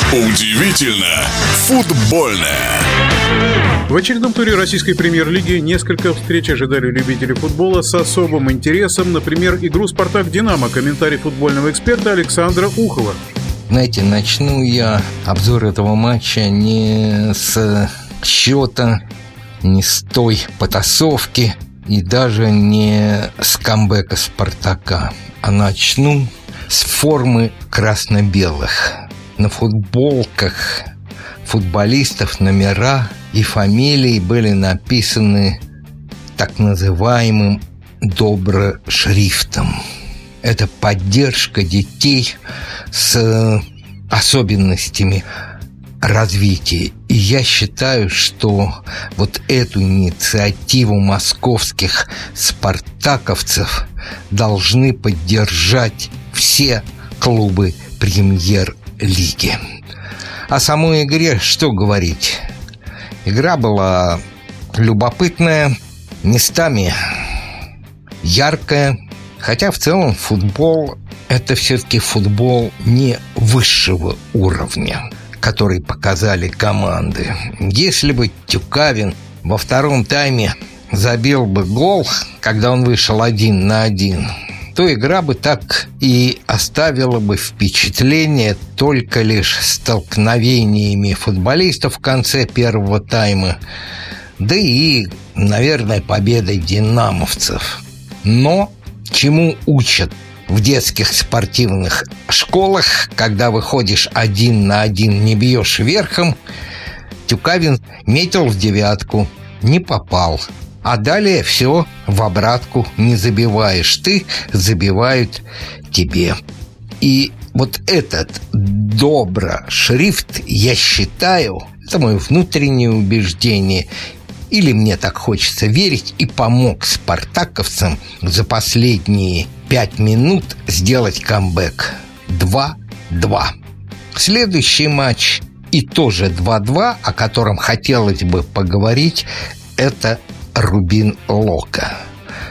Удивительно футбольное. В очередном туре российской премьер-лиги несколько встреч ожидали любители футбола с особым интересом. Например, игру «Спартак-Динамо». Комментарий футбольного эксперта Александра Ухова. Знаете, начну я обзор этого матча не с счета, не с той потасовки и даже не с камбэка «Спартака», а начну с формы красно-белых. На футболках футболистов номера и фамилии были написаны так называемым доброшрифтом. Это поддержка детей с особенностями развития. И я считаю, что вот эту инициативу московских спартаковцев должны поддержать все клубы премьер-лиги. О самой игре что говорить? Игра была любопытная, местами яркая, хотя в целом футбол – это все-таки футбол не высшего уровня, который показали команды. Если бы Тюкавин во втором тайме забил бы гол, когда он вышел 1-1, то игра бы так и оставила бы впечатление только лишь столкновениями футболистов в конце первого тайма, да и, наверное, победой динамовцев. Но чему учат в детских спортивных школах, когда выходишь 1-1, не бьешь верхом, Тюкавин метил в девятку, не попал. А далее все в обратку, не забиваешь ты, забивают тебе. И вот этот доброшрифт, я считаю, это мое внутреннее убеждение, или мне так хочется верить, и помог спартаковцам за последние 5 минут сделать камбэк. 2-2. Следующий матч и тоже 2-2, о котором хотелось бы поговорить, это Рубин-Лока.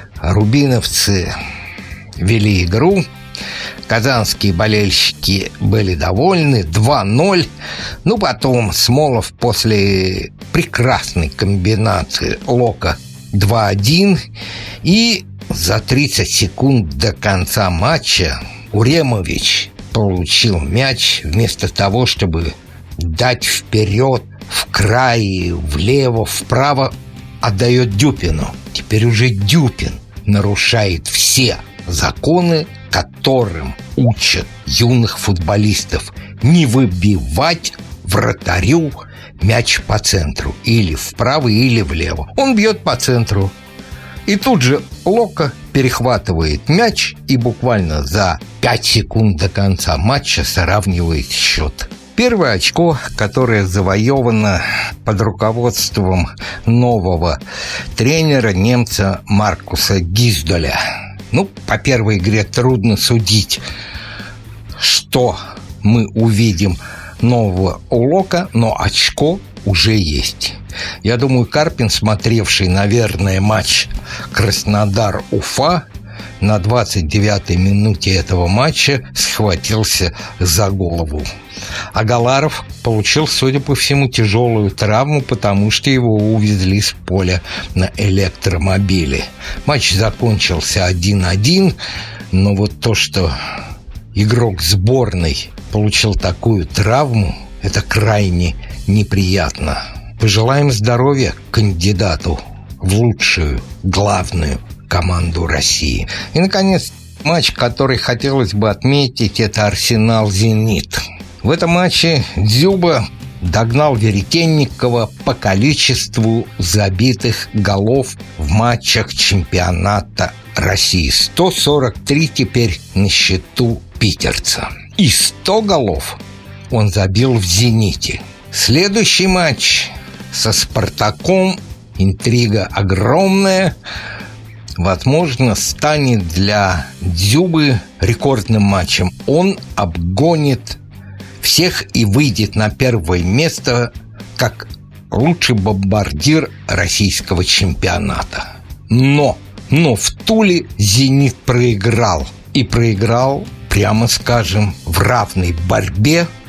Рубиновцы вели игру. Казанские болельщики были довольны. 2-0. Ну, потом Смолов после прекрасной комбинации Лока 2-1. И за 30 секунд до конца матча Уремович получил мяч вместо того, чтобы дать вперед, в край, влево, вправо, отдает Дюпину. Теперь уже Дюпин нарушает все законы, которым учат юных футболистов: не выбивать вратарю мяч по центру, или вправо, или влево. Он бьет по центру. И тут же Лока перехватывает мяч и буквально за 5 секунд до конца матча сравнивает счет. Первое очко, которое завоевано под руководством нового тренера, немца Маркуса Гиздаля. Ну, по первой игре трудно судить, что мы увидим нового у Лока, но очко уже есть. Я думаю, Карпин, смотревший, наверное, матч Краснодар-Уфа, на 29-й минуте этого матча схватился за голову. А Галаров получил, судя по всему, тяжелую травму, потому что его увезли с поля на электромобиле. Матч закончился 1-1, но вот то, что игрок сборной получил такую травму, это крайне неприятно. Пожелаем здоровья кандидату в лучшую, главную команду России. И, наконец, матч, который хотелось бы отметить, это Арсенал-Зенит. В этом матче Дзюба догнал Веретенникова по количеству забитых голов в матчах чемпионата России. 143 теперь на счету питерца. И 100 голов он забил в «Зените». Следующий матч со «Спартаком». Интрига огромная. Возможно, станет для Дзюбы рекордным матчем. Он обгонит всех и выйдет на первое место как лучший бомбардир российского чемпионата. Но в Туле «Зенит» проиграл. И проиграл, прямо скажем, в равной борьбе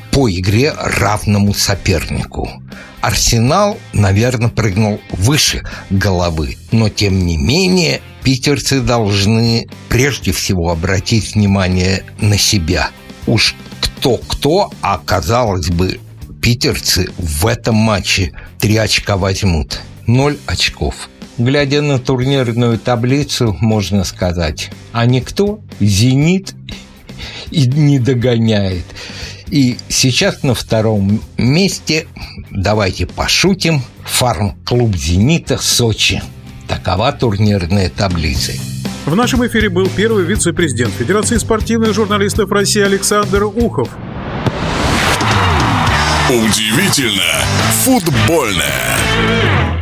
по игре равному сопернику. Арсенал, наверное, прыгнул выше головы, но тем не менее питерцы должны прежде всего обратить внимание на себя. Уж кто-кто, а казалось бы, питерцы в этом матче 3 очка возьмут. 0 очков. Глядя на турнирную таблицу, можно сказать, а никто «Зенит» и не догоняет. И сейчас на втором месте, давайте пошутим, фарм-клуб «Зенита» Сочи. Такова турнирная таблица. В нашем эфире был первый вице-президент Федерации спортивных журналистов России Александр Ухов. Удивительно футбольное.